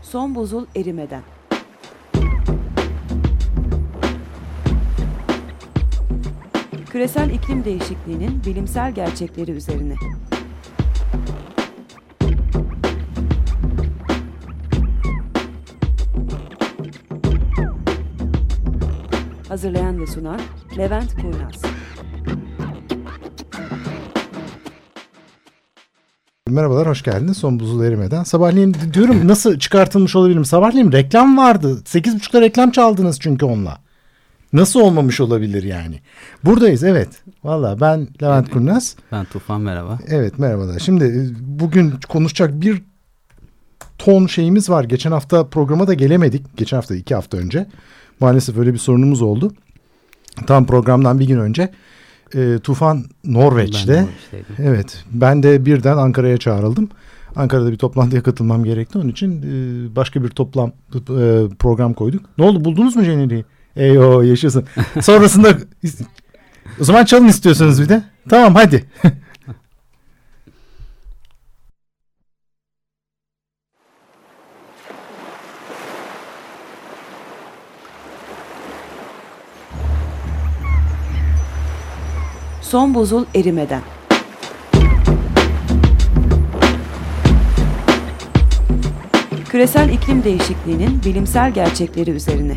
Son buzul erimeden. Küresel iklim değişikliğinin bilimsel gerçekleri üzerine. Hazırlayan ve sunan Levent Kurnaz. Merhabalar, hoş geldiniz. Son buzul erimeden. Sabahleyin diyorum nasıl çıkartılmış olabilirim? Sabahleyin reklam vardı. 8.30'da reklam çaldınız çünkü onunla. Nasıl olmamış olabilir yani? Buradayız, evet. Valla ben Levent Kurnaz. Ben Tufan, merhaba. Evet, merhabalar. Şimdi bugün konuşacak bir ton şeyimiz var. Geçen hafta programa da gelemedik. Geçen hafta 2 hafta önce. Maalesef öyle bir sorunumuz oldu. Tam programdan bir gün önce. Tufan Norveç'te. Evet, ben de birden Ankara'ya çağrıldım. Ankara'da bir toplantıya katılmam gerekti. Onun için başka bir program koyduk. Ne oldu, buldunuz mu jeneriği? Eyvah, yaşasın. Sonrasında o zaman çalın istiyorsanız bir de. Tamam, hadi. Son buzul erimeden. Küresel iklim değişikliğinin bilimsel gerçekleri üzerine.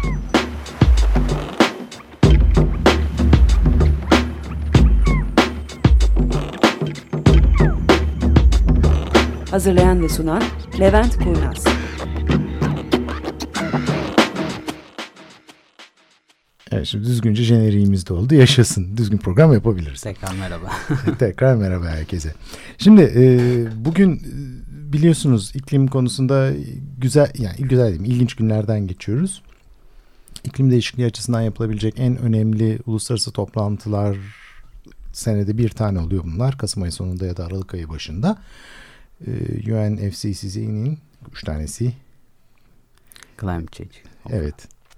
Hazırlayan ve sunan Levent Kurnaz. Evet, şimdi düzgünce jeneriğimiz de oldu. Yaşasın. Düzgün program yapabiliriz. Tekrar merhaba. Tekrar merhaba herkese. Şimdi bugün biliyorsunuz iklim konusunda güzel değil mi? İlginç günlerden geçiyoruz. İklim değişikliği açısından yapılabilecek en önemli uluslararası toplantılar senede bir tane oluyor bunlar. Kasım ayı sonunda ya da Aralık ayı başında. UNFCCC'nin 3 tanesi. Climate Change. Evet.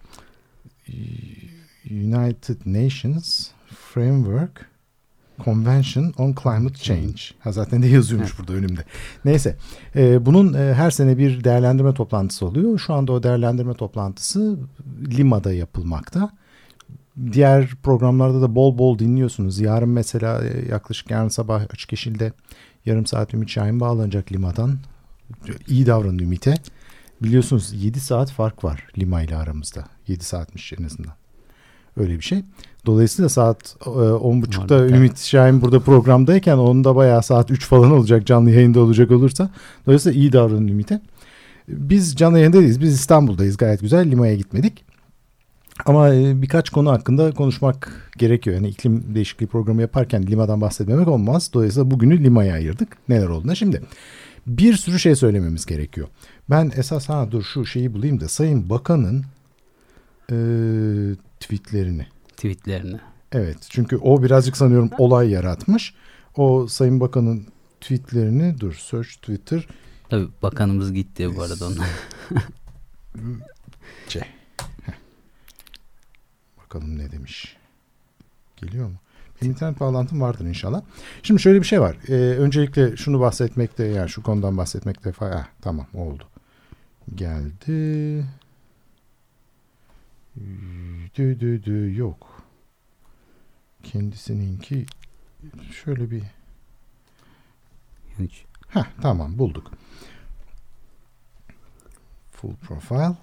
United Nations Framework Convention on Climate Change. Zaten de yazıyormuş burada önümde. Neyse. Bunun her sene bir değerlendirme toplantısı oluyor. Şu anda o değerlendirme toplantısı Lima'da yapılmakta. Diğer programlarda da bol bol dinliyorsunuz. Yarın mesela yaklaşık yarın sabah Açık Yeşil'de yarım saat Ümit Şahin bağlanacak Lima'dan. İyi davranın Ümit'e. Biliyorsunuz 7 saat fark var Lima ile aramızda. 7 saatmiş en azından. Öyle bir şey. Dolayısıyla saat 10.30'da Ümit Şahin burada programdayken onun da bayağı saat 3 falan olacak, canlı yayında olacak olursa. Dolayısıyla iyi davranın Ümit'e. Biz canlı yayında değiliz. Biz İstanbul'dayız, gayet güzel. Lima'ya gitmedik. Ama birkaç konu hakkında konuşmak gerekiyor. Yani iklim değişikliği programı yaparken Lima'dan bahsetmemek olmaz. Dolayısıyla bugünü Lima'ya ayırdık. Neler olduğuna şimdi. Bir sürü şey söylememiz gerekiyor. Ben esas şu şeyi bulayım da Sayın Bakan'ın tweetlerini. Evet, çünkü o birazcık sanıyorum olay yaratmış. O Sayın Bakan'ın tweetlerini search Twitter. Tabii bakanımız gitti bu arada onlar. Bakalım ne demiş. Geliyor mu? Benim internet bağlantım vardır inşallah. Şimdi şöyle bir şey var. Öncelikle şunu bahsetmekte, yani şu konudan bahsetmekte tamam oldu. Geldi. Yok. Kendisininki şöyle bir. Tamam, bulduk. Full profile.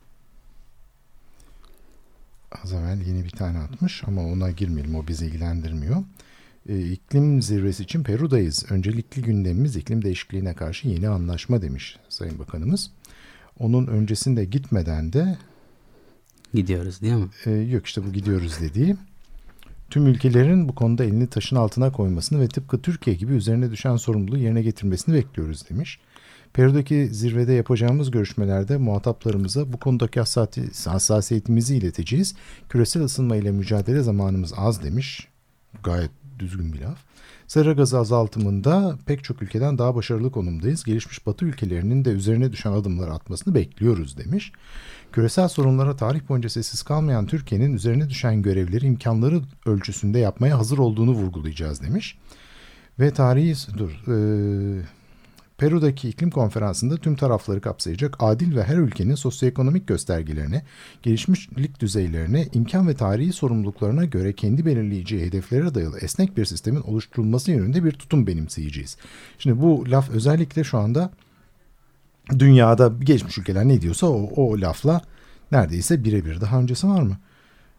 Az evvel yeni bir tane atmış ama ona girmeyelim, o bizi ilgilendirmiyor. İklim zirvesi için Peru'dayız. Öncelikli gündemimiz iklim değişikliğine karşı yeni anlaşma demiş Sayın Bakanımız. Onun öncesinde gitmeden de gidiyoruz değil mi? Yok işte bu gidiyoruz dediği. Tüm ülkelerin bu konuda elini taşın altına koymasını ve tıpkı Türkiye gibi üzerine düşen sorumluluğu yerine getirmesini bekliyoruz demiş. Peru'daki zirvede yapacağımız görüşmelerde muhataplarımıza bu konudaki hassasiyetimizi ileteceğiz. Küresel ısınma ile mücadele zamanımız az demiş. Gayet düzgün bir laf. Sera gazı azaltımında pek çok ülkeden daha başarılı konumdayız. Gelişmiş Batı ülkelerinin de üzerine düşen adımları atmasını bekliyoruz demiş. Küresel sorunlara tarih boyunca sessiz kalmayan Türkiye'nin üzerine düşen görevleri imkanları ölçüsünde yapmaya hazır olduğunu vurgulayacağız demiş. Ve Peru'daki iklim konferansında tüm tarafları kapsayacak adil ve her ülkenin sosyoekonomik göstergelerine, gelişmişlik düzeylerine, imkan ve tarihi sorumluluklarına göre kendi belirleyeceği hedeflere dayalı esnek bir sistemin oluşturulması yönünde bir tutum benimseyeceğiz. Şimdi bu laf özellikle şu anda dünyada gelişmiş ülkeler ne diyorsa o lafla neredeyse birebir. Daha öncesi var mı?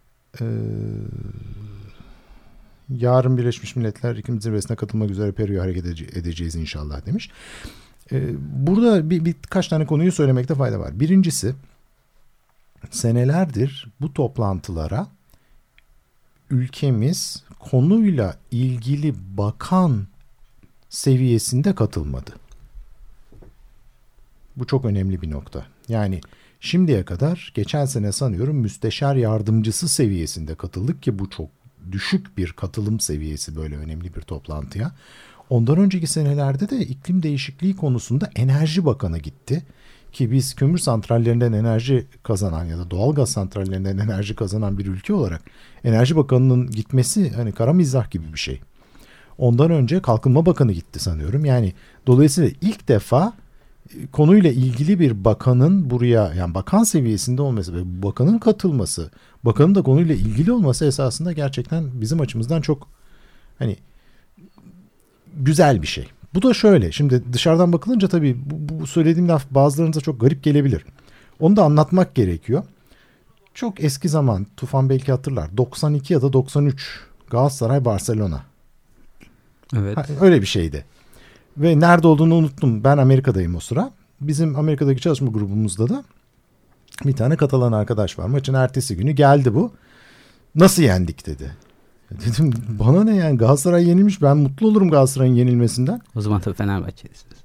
Yarın Birleşmiş Milletler iklim zirvesine katılmak üzere Peru'ya hareket edeceğiz inşallah demiş. Burada birkaç tane konuyu söylemekte fayda var. Birincisi, senelerdir bu toplantılara ülkemiz konuyla ilgili bakan seviyesinde katılmadı. Bu çok önemli bir nokta. Yani şimdiye kadar geçen sene sanıyorum müsteşar yardımcısı seviyesinde katıldık ki bu çok düşük bir katılım seviyesi böyle önemli bir toplantıya. Ondan önceki senelerde de iklim değişikliği konusunda Enerji Bakanı gitti. Ki biz kömür santrallerinden enerji kazanan ya da doğalgaz santrallerinden enerji kazanan bir ülke olarak Enerji Bakanı'nın gitmesi hani kara mizah gibi bir şey. Ondan önce Kalkınma Bakanı gitti sanıyorum. Yani dolayısıyla ilk defa konuyla ilgili bir bakanın buraya yani bakan seviyesinde olması ve bakanın katılması, bakanın da konuyla ilgili olması esasında gerçekten bizim açımızdan çok hani güzel bir şey. Bu da şöyle, şimdi dışarıdan bakılınca tabii bu söylediğim laf bazılarınıza çok garip gelebilir. Onu da anlatmak gerekiyor. Çok eski zaman, Tufan belki hatırlar, 92 ya da 93 Galatasaray Barcelona. Evet. Öyle bir şeydi. Ve nerede olduğunu unuttum. Ben Amerika'dayım o sıra. Bizim Amerika'daki çalışma grubumuzda da bir tane Katalan arkadaş var. Maçın ertesi günü geldi bu. Nasıl yendik dedi. Dedim bana ne yani, Galatasaray yenilmiş, ben mutlu olurum Galatasaray'ın yenilmesinden. O zaman tabii Fenerbahçe'lisiniz.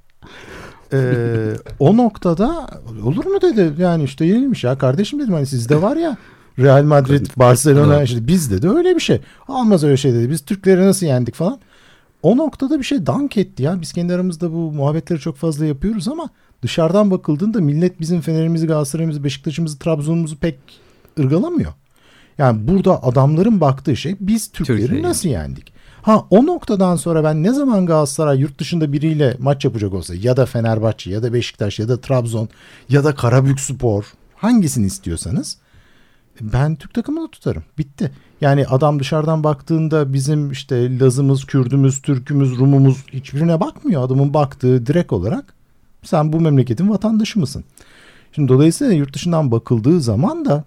O noktada olur mu dedi, yani işte yenilmiş ya kardeşim dedim, hani sizde var ya Real Madrid, Barcelona, işte bizde de öyle bir şey. Olmaz öyle şey dedi, biz Türkleri nasıl yendik falan. O noktada bir şey dank etti ya. Biz kendi aramızda bu muhabbetleri çok fazla yapıyoruz ama dışarıdan bakıldığında millet bizim Fener'imizi, Galatasaray'ımızı, Beşiktaş'ımızı, Trabzon'umuzu pek ırgalamıyor. Yani burada adamların baktığı şey biz Türkleri nasıl yendik? O noktadan sonra ben ne zaman Galatasaray yurt dışında biriyle maç yapacak olsa ya da Fenerbahçe ya da Beşiktaş ya da Trabzon ya da Karabükspor, hangisini istiyorsanız ben Türk takımını tutarım. Bitti. Yani adam dışarıdan baktığında bizim işte Lazımız, Kürdümüz, Türkümüz, Rumumuz hiçbirine bakmıyor. Adamın baktığı direkt olarak sen bu memleketin vatandaşı mısın? Şimdi dolayısıyla yurt dışından bakıldığı zaman da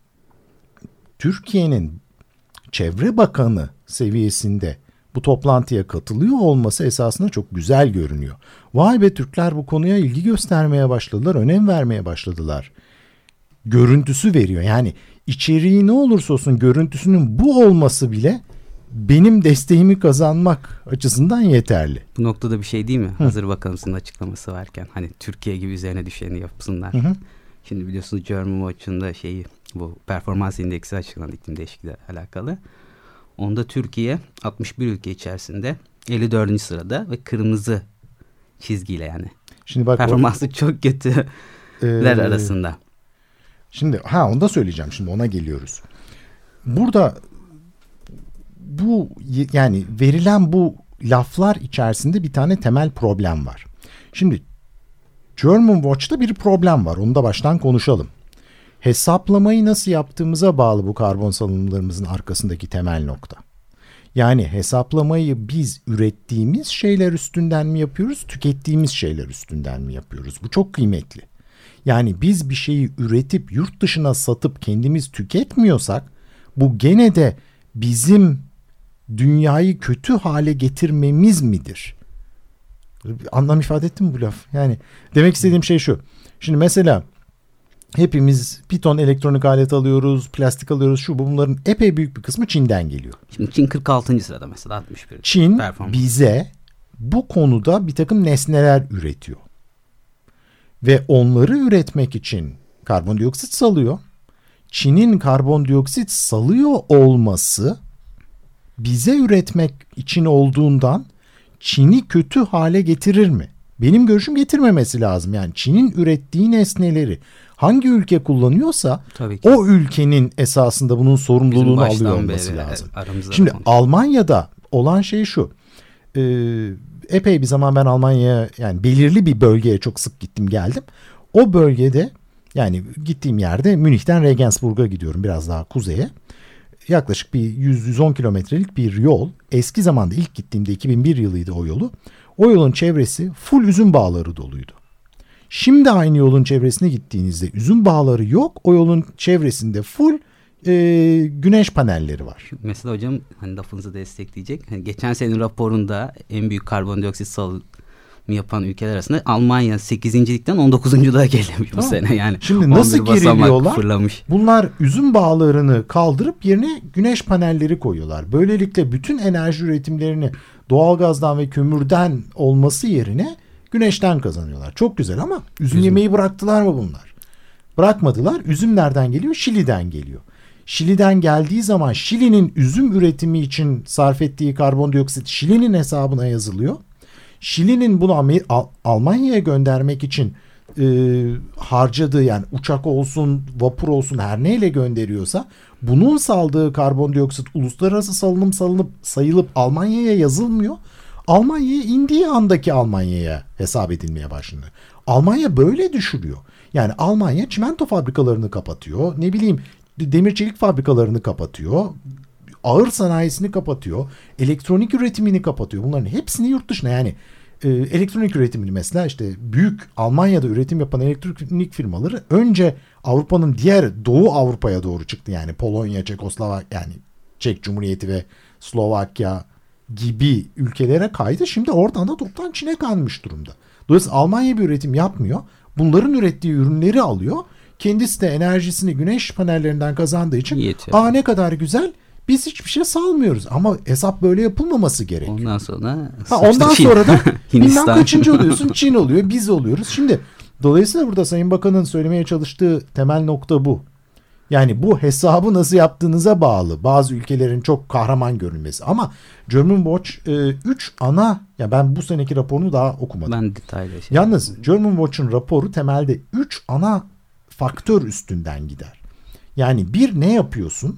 Türkiye'nin Çevre Bakanı seviyesinde bu toplantıya katılıyor olması esasında çok güzel görünüyor. Vay be, Türkler bu konuya ilgi göstermeye başladılar, önem vermeye başladılar. Görüntüsü veriyor. Yani içeriği ne olursa olsun görüntüsünün bu olması bile benim desteğimi kazanmak açısından yeterli. Bu noktada bir şey değil mi? Hazır Bakanımızın açıklaması varken hani Türkiye gibi üzerine düşeni yapsınlar. Hı. Şimdi biliyorsunuz German Watch'un da bu performans indeksi açıklandı iklim değişikliğiyle alakalı. Onda Türkiye 61 ülke içerisinde 54. sırada ve kırmızı çizgiyle yani. Şimdi bak, performansı çok kötüler arasında. Şimdi onu da söyleyeceğim. Şimdi ona geliyoruz. Burada bu yani verilen bu laflar içerisinde bir tane temel problem var. Şimdi German Watch'ta bir problem var. Onu da baştan konuşalım. Hesaplamayı nasıl yaptığımıza bağlı bu karbon salınımlarımızın arkasındaki temel nokta. Yani hesaplamayı biz ürettiğimiz şeyler üstünden mi yapıyoruz, tükettiğimiz şeyler üstünden mi yapıyoruz? Bu çok kıymetli. Yani biz bir şeyi üretip yurt dışına satıp kendimiz tüketmiyorsak bu gene de bizim dünyayı kötü hale getirmemiz midir? Anlam ifade etti mi bu laf? Yani demek istediğim şey şu. Şimdi mesela hepimiz bir ton elektronik alet alıyoruz, plastik alıyoruz, bunların epey büyük bir kısmı Çin'den geliyor. Şimdi Çin 46. sırada mesela 61. Çin bize bu konuda bir takım nesneler üretiyor. Ve onları üretmek için karbondioksit salıyor. Çin'in karbondioksit salıyor olması bize üretmek için olduğundan Çin'i kötü hale getirir mi? Benim görüşüm getirmemesi lazım. Yani Çin'in ürettiği nesneleri hangi ülke kullanıyorsa o ülkenin esasında bunun sorumluluğunu alıyor olması lazım. Şimdi Almanya'da olan şey şu. epey bir zaman ben Almanya'ya, yani belirli bir bölgeye çok sık gittim geldim. O bölgede, yani gittiğim yerde Münih'ten Regensburg'a gidiyorum, biraz daha kuzeye. Yaklaşık bir 100-110 kilometrelik bir yol. Eski zamanda ilk gittiğimde 2001 yılıydı o yolu. O yolun çevresi full üzüm bağları doluydu. Şimdi aynı yolun çevresine gittiğinizde üzüm bağları yok. O yolun çevresinde full güneş panelleri var. Mesela hocam hani lafınızı destekleyecek. Hani geçen senenin raporunda en büyük karbondioksit salımı yapan ülkeler arasında Almanya 8.likten 19.luğa gelemiş bu sene. Yani şimdi nasıl geriliyorlar? Fırlamış. Bunlar üzüm bağlarını kaldırıp yerine güneş panelleri koyuyorlar. Böylelikle bütün enerji üretimlerini doğalgazdan ve kömürden olması yerine güneşten kazanıyorlar. Çok güzel ama üzüm yemeyi bıraktılar mı bunlar? Bırakmadılar. Üzüm nereden geliyor? Şili'den geliyor. Şili'den geldiği zaman Şili'nin üzüm üretimi için sarf ettiği karbondioksit Şili'nin hesabına yazılıyor. Şili'nin bunu Almanya'ya göndermek için harcadığı, yani uçak olsun, vapur olsun, her neyle gönderiyorsa bunun saldığı karbondioksit uluslararası sayılıp Almanya'ya yazılmıyor. Almanya'ya indiği andaki Almanya'ya hesap edilmeye başlanıyor. Almanya böyle düşürüyor. Yani Almanya çimento fabrikalarını kapatıyor. Ne bileyim, demir çelik fabrikalarını kapatıyor. Ağır sanayisini kapatıyor. Elektronik üretimini kapatıyor. Bunların hepsini yurt dışına, yani elektronik üretimini mesela işte büyük Almanya'da üretim yapan elektronik firmaları önce Avrupa'nın diğer Doğu Avrupa'ya doğru çıktı. Yani Polonya, Çekoslovakya, yani Çek Cumhuriyeti ve Slovakya gibi ülkelere kaydı. Şimdi oradan da toptan Çin'e kalmış durumda. Dolayısıyla Almanya bir üretim yapmıyor. Bunların ürettiği ürünleri alıyor. Kendisi de enerjisini güneş panellerinden kazandığı için ne kadar güzel, biz hiçbir şey salmıyoruz. Ama hesap böyle yapılmaması gerekiyor. Ondan sonra da bilmem kaçıncı oluyorsun, Çin oluyor, biz oluyoruz. Şimdi dolayısıyla burada Sayın Bakan'ın söylemeye çalıştığı temel nokta bu. Yani bu hesabı nasıl yaptığınıza bağlı. Bazı ülkelerin çok kahraman görünmesi. Ama German Watch 3 ana, ya ben bu seneki raporunu daha okumadım. Ben detaylı Yalnız German Watch'un raporu temelde 3 ana faktör üstünden gider. Yani bir, ne yapıyorsun?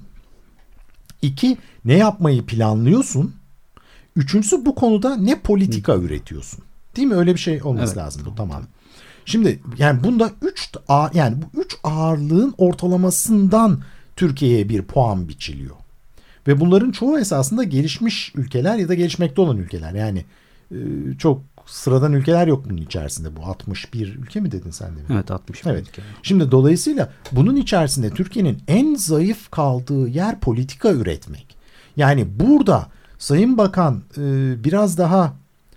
2, ne yapmayı planlıyorsun? 3'üncüsü, bu konuda ne politika üretiyorsun? Değil mi? Öyle bir şey olması lazım bu, tamam. Şimdi yani bunda 3 ağırlığın ortalamasından Türkiye'ye bir puan biçiliyor. Ve bunların çoğu esasında gelişmiş ülkeler ya da gelişmekte olan ülkeler. Yani çok sıradan ülkeler yok bunun içerisinde. Bu 61 ülke mi dedin sen de? Evet, 61 evet. ülke. Şimdi dolayısıyla bunun içerisinde Türkiye'nin en zayıf kaldığı yer politika üretmek. Yani burada Sayın Bakan biraz daha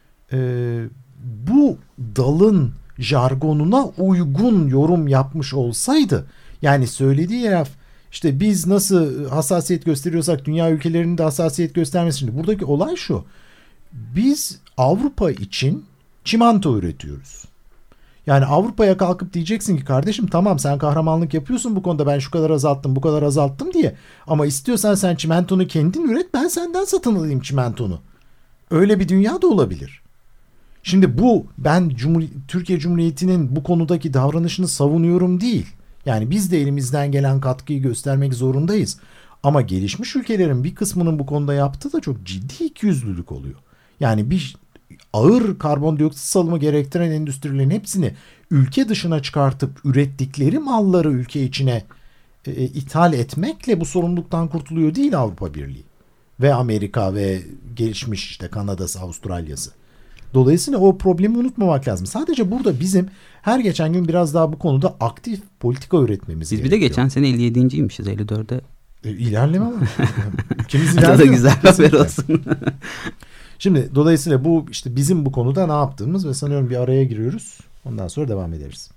bu dalın jargonuna uygun yorum yapmış olsaydı, yani söylediği laf işte biz nasıl hassasiyet gösteriyorsak dünya ülkelerinin de hassasiyet göstermesi. Şimdi buradaki olay şu: biz Avrupa için çimento üretiyoruz. Yani Avrupa'ya kalkıp diyeceksin ki kardeşim tamam, sen kahramanlık yapıyorsun bu konuda, ben şu kadar azalttım bu kadar azalttım diye, ama istiyorsan sen çimentonu kendin üret, ben senden satın alayım çimentonu. Öyle bir dünya da olabilir. Şimdi bu, ben Türkiye Cumhuriyeti'nin bu konudaki davranışını savunuyorum değil. Yani biz de elimizden gelen katkıyı göstermek zorundayız. Ama gelişmiş ülkelerin bir kısmının bu konuda yaptığı da çok ciddi ikiyüzlülük oluyor. Yani bir ağır karbondioksit salımı gerektiren endüstrilerin hepsini ülke dışına çıkartıp ürettikleri malları ülke içine ithal etmekle bu sorumluluktan kurtuluyor değil Avrupa Birliği. Ve Amerika ve gelişmiş işte Kanada'sı, Avustralya'sı. Dolayısıyla o problemi unutmamak lazım. Sadece burada bizim her geçen gün biraz daha bu konuda aktif politika üretmemiz gerekiyor. Biz bir de geçen sene 57.ymişiz, 54'e. İlerleme var. Ülkemiz ilerliyor. Da güzel haber olsun. Şimdi dolayısıyla bu işte bizim bu konuda ne yaptığımız ve sanıyorum bir araya giriyoruz. Ondan sonra devam ederiz.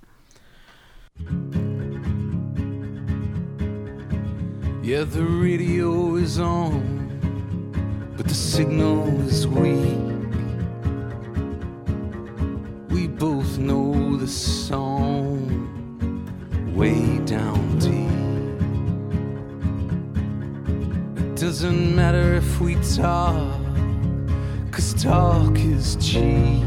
Yeah, the radio is on, but the signal is weak. We both know the song way down deep. It doesn't matter if we talk, 'cause talk is cheap.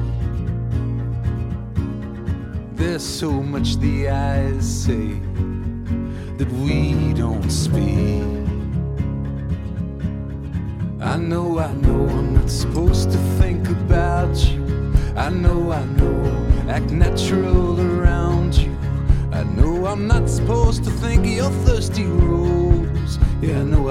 There's so much the eyes say that we don't speak. I know I'm not supposed to think about you. I know, act natural around you. I know I'm not supposed to think of your thirsty rose. Yeah, I know.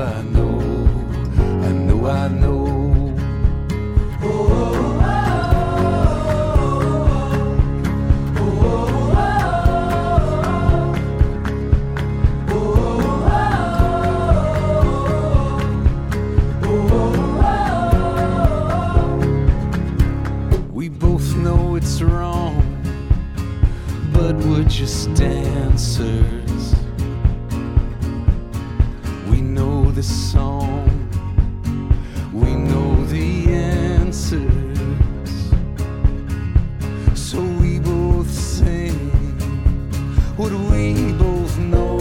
We both know it's wrong, but we're just dancers. We know the song, we know the answers, so we both sing what we both know.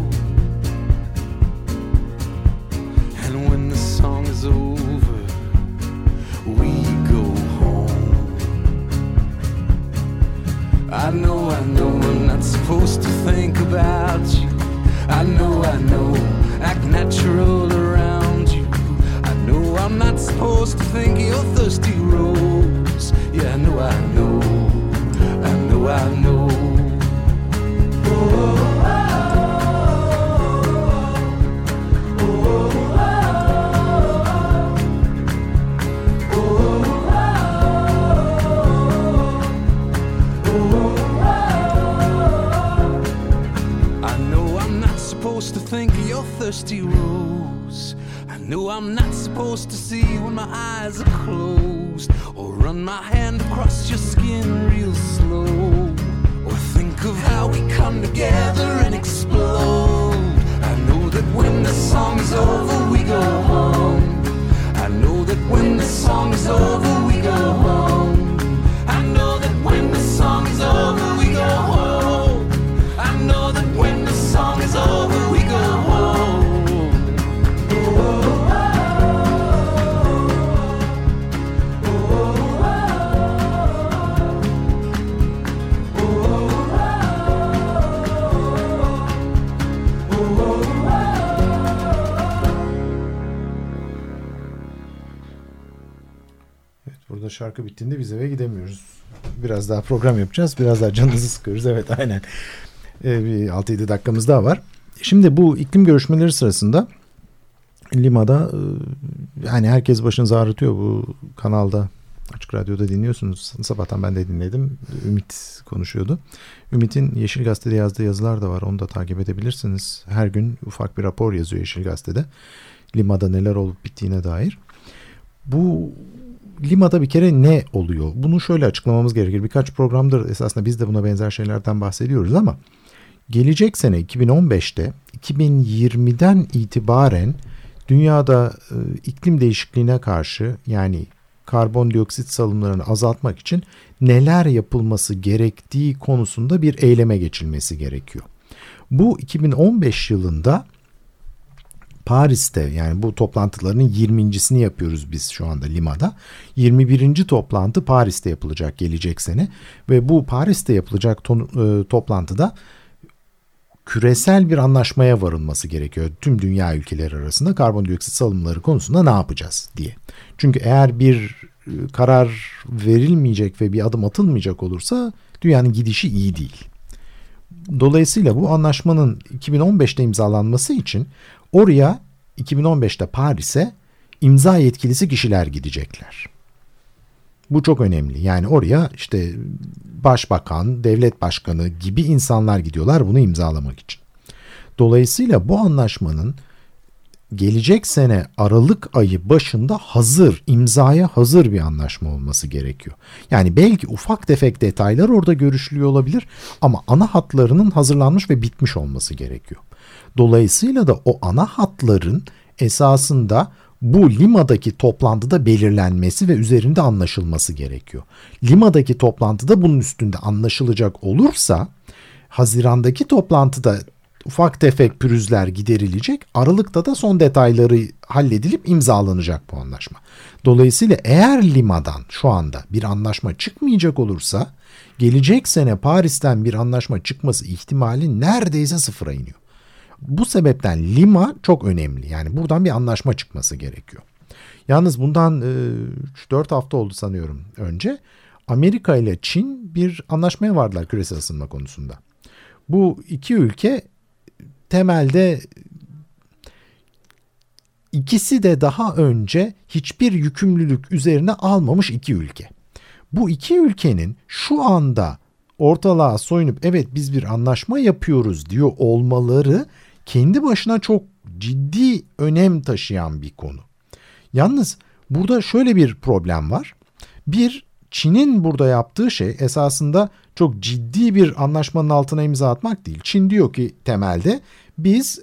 And when the song is over, we go home. I know I'm not supposed to think about you. I know, act natural around you. I know I'm not supposed to think of your thirsty rose. Yeah, I know. To think of your thirsty rose. I know I'm not supposed to see when my eyes are closed, or run my hand across your skin real slow, or think of how we come together and explode. I know that when the song's over we go home. I know that when the song's over we go home. I know that when the song's over we go home. I know that when the song is over we go home. Evet, burada şarkı bittiğinde biz eve gidemiyoruz. Biraz daha program yapacağız. Biraz daha canınızı sıkıyoruz. Evet, aynen. Bir 6-7 dakikamız daha var. Şimdi bu iklim görüşmeleri sırasında Lima'da yani herkes başınızı ağrıtıyor bu kanalda. Açık Radyo'da dinliyorsunuz. Sabahtan ben de dinledim. Ümit konuşuyordu. Ümit'in Yeşil Gazete'de yazdığı yazılar da var. Onu da takip edebilirsiniz. Her gün ufak bir rapor yazıyor Yeşil Gazete'de. Lima'da neler olup bittiğine dair. Bu Lima'da bir kere ne oluyor? Bunu şöyle açıklamamız gerekir. Birkaç programdır esasında biz de buna benzer şeylerden bahsediyoruz ama gelecek sene 2015'te 2020'den itibaren dünyada iklim değişikliğine karşı, yani karbondioksit salımlarını azaltmak için neler yapılması gerektiği konusunda bir eyleme geçilmesi gerekiyor. Bu 2015 yılında Paris'te, yani bu toplantıların 20.sini yapıyoruz biz şu anda Lima'da. 21. toplantı Paris'te yapılacak gelecek sene ve bu Paris'te yapılacak toplantıda küresel bir anlaşmaya varılması gerekiyor. Tüm dünya ülkeleri arasında karbondioksit salımları konusunda ne yapacağız diye. Çünkü eğer bir karar verilmeyecek ve bir adım atılmayacak olursa dünyanın gidişi iyi değil. Dolayısıyla bu anlaşmanın 2015'te imzalanması için oraya 2015'te Paris'e imza yetkilisi kişiler gidecekler. Bu çok önemli. Yani oraya işte başbakan, devlet başkanı gibi insanlar gidiyorlar bunu imzalamak için. Dolayısıyla bu anlaşmanın gelecek sene Aralık ayı başında imzaya hazır bir anlaşma olması gerekiyor. Yani belki ufak tefek detaylar orada görüşülüyor olabilir ama ana hatlarının hazırlanmış ve bitmiş olması gerekiyor. Dolayısıyla da o ana hatların esasında bu Lima'daki toplantıda belirlenmesi ve üzerinde anlaşılması gerekiyor. Lima'daki toplantıda bunun üstünde anlaşılacak olursa Haziran'daki toplantıda ufak tefek pürüzler giderilecek. Aralık'ta da son detayları halledilip imzalanacak bu anlaşma. Dolayısıyla eğer Lima'dan şu anda bir anlaşma çıkmayacak olursa gelecek sene Paris'ten bir anlaşma çıkması ihtimali neredeyse sıfıra iniyor. Bu sebepten Lima çok önemli. Yani buradan bir anlaşma çıkması gerekiyor. Yalnız bundan 3-4 hafta oldu sanıyorum önce. Amerika ile Çin bir anlaşmaya vardılar küresel ısınma konusunda. Bu iki ülke temelde ikisi de daha önce hiçbir yükümlülük üzerine almamış iki ülke. Bu iki ülkenin şu anda ortalığa soyunup evet biz bir anlaşma yapıyoruz diyor olmaları kendi başına çok ciddi önem taşıyan bir konu. Yalnız burada şöyle bir problem var. Bir, Çin'in burada yaptığı şey esasında çok ciddi bir anlaşmanın altına imza atmak değil. Çin diyor ki temelde biz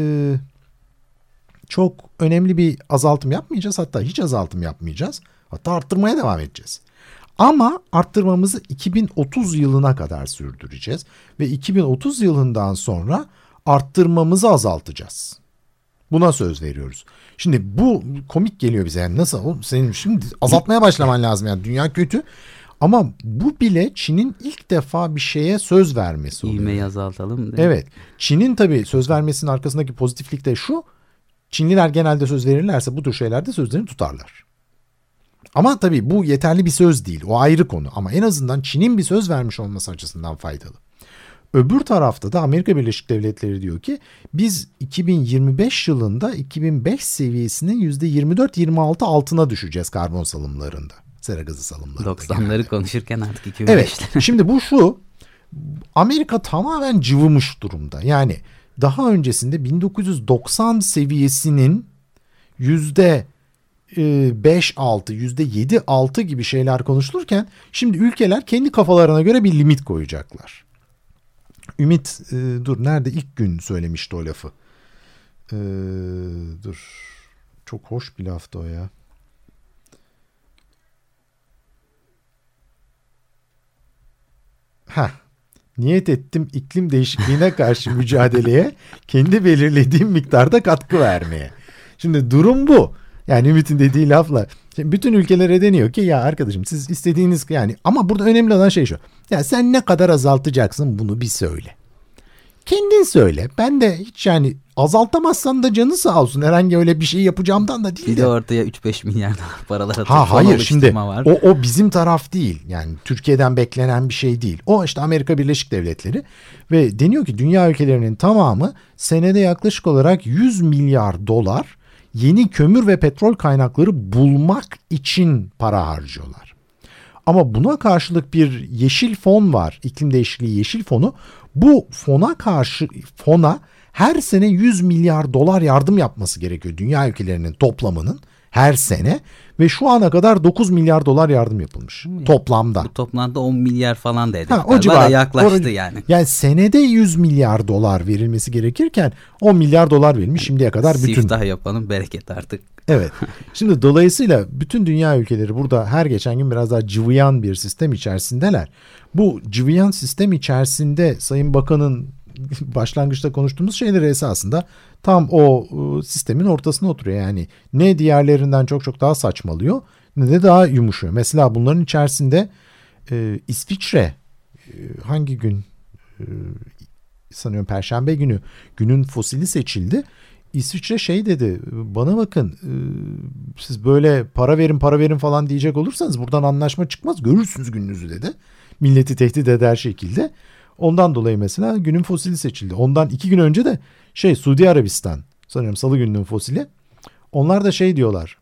çok önemli bir azaltım yapmayacağız. Hatta hiç azaltım yapmayacağız. Hatta arttırmaya devam edeceğiz. Ama arttırmamızı 2030 yılına kadar sürdüreceğiz. Ve 2030 yılından sonra arttırmamızı azaltacağız. Buna söz veriyoruz. Şimdi bu komik geliyor bize. Yani nasıl? Senin şimdi azaltmaya başlaman lazım. Yani dünya kötü. Ama bu bile Çin'in ilk defa bir şeye söz vermesi oluyor. İğmeyi azaltalım. Evet. Çin'in tabii söz vermesinin arkasındaki pozitiflik de şu. Çinliler genelde söz verirlerse bu tür şeylerde sözlerini tutarlar. Ama tabii bu yeterli bir söz değil. O ayrı konu. Ama en azından Çin'in bir söz vermiş olması açısından faydalı. Öbür tarafta da Amerika Birleşik Devletleri diyor ki biz 2025 yılında 2005 seviyesinin %24-26 altına düşeceğiz karbon salımlarında. Sera gazı salımlarında. 90'ları konuşurken artık 2005'te. Evet. Şimdi bu şu. Amerika tamamen cıvımış durumda. Yani daha öncesinde 1990 seviyesinin %5-6, %7-6 gibi şeyler konuşulurken şimdi ülkeler kendi kafalarına göre bir limit koyacaklar. Ümit dur nerede ilk gün söylemişti o lafı. Dur çok hoş bir laftı o ya. Niyet ettim iklim değişikliğine karşı mücadeleye kendi belirlediğim miktarda katkı vermeye. Şimdi durum bu. Yani Ümit'in dediği lafla. Şimdi bütün ülkelere deniyor ki ya arkadaşım siz istediğiniz yani ama burada önemli olan şey şu. Ya sen ne kadar azaltacaksın bunu bir söyle. Kendin söyle. Ben de hiç yani azaltamazsan da canı sağ olsun. Herhangi öyle bir şey yapacağımdan da değil Bir de ortaya 3-5 milyar paralar atıp hayır şimdi var. O bizim taraf değil. Yani Türkiye'den beklenen bir şey değil. O işte Amerika Birleşik Devletleri ve deniyor ki dünya ülkelerinin tamamı senede yaklaşık olarak 100 milyar dolar yeni kömür ve petrol kaynakları bulmak için para harcıyorlar. Ama buna karşılık bir yeşil fon var. İklim değişikliği yeşil fonu. Bu fona her sene 100 milyar dolar yardım yapması gerekiyor. Dünya ülkelerinin toplamının her sene ve şu ana kadar 9 milyar dolar yardım yapılmış toplamda. Bu toplamda 10 milyar falan dedi. O civar yaklaştı yani. Yani senede 100 milyar dolar verilmesi gerekirken 10 milyar dolar verilmiş şimdiye kadar bütün. Siftah yapalım bereket artık. Evet. Şimdi dolayısıyla bütün dünya ülkeleri burada her geçen gün biraz daha cıvıyan bir sistem içerisindeler. Bu cıvıyan sistem içerisinde Sayın Bakan'ın başlangıçta konuştuğumuz şeyleri esasında tam o sistemin ortasına oturuyor. Yani ne diğerlerinden çok daha saçmalıyor ne de daha yumuşuyor. Mesela bunların içerisinde İsviçre hangi gün sanıyorum Perşembe günün fosili seçildi. İsviçre şey dedi bana bakın siz böyle para verin falan diyecek olursanız buradan anlaşma çıkmaz görürsünüz gününüzü dedi. Milleti tehdit eder şekilde. Ondan dolayı mesela günün fosili seçildi. Ondan 2 gün önce de Suudi Arabistan sanıyorum salı gününün fosili. Onlar da diyorlar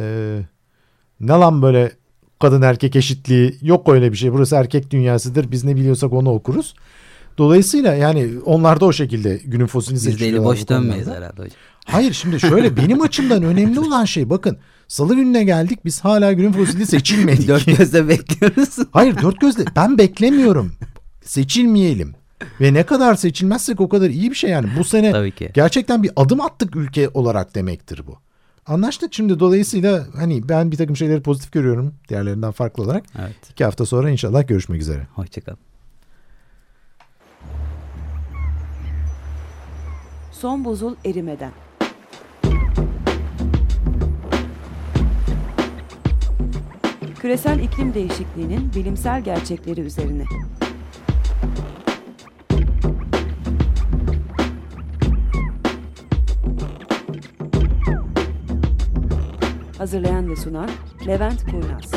ne lan böyle kadın erkek eşitliği yok öyle bir şey burası erkek dünyasıdır biz ne biliyorsak onu okuruz. Dolayısıyla yani onlar da o şekilde günün fosilini seçiyorlar. Biz de eli boş dönmeyiz herhalde hocam. Hayır şimdi şöyle benim açımdan önemli olan şey bakın salı gününe geldik biz hala günün fosili seçilmedik. Dört gözle bekliyoruz. Hayır dört gözle ben beklemiyorum seçilmeyelim ve ne kadar seçilmezsek o kadar iyi bir şey yani bu sene gerçekten bir adım attık ülke olarak demektir bu. Anlaştık şimdi dolayısıyla hani ben bir takım şeyleri pozitif görüyorum diğerlerinden farklı olarak. Evet. 2 hafta sonra inşallah görüşmek üzere. Hoşçakalın. Son buzul erimeden. Küresel iklim değişikliğinin bilimsel gerçekleri üzerine. Hazırlayan ve sunan Levent Kurnaz.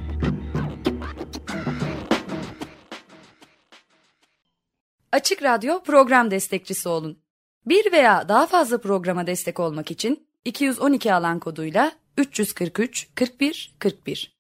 Açık Radyo program destekçisi olun. Bir veya daha fazla programa destek olmak için 212 alan koduyla 343 41 41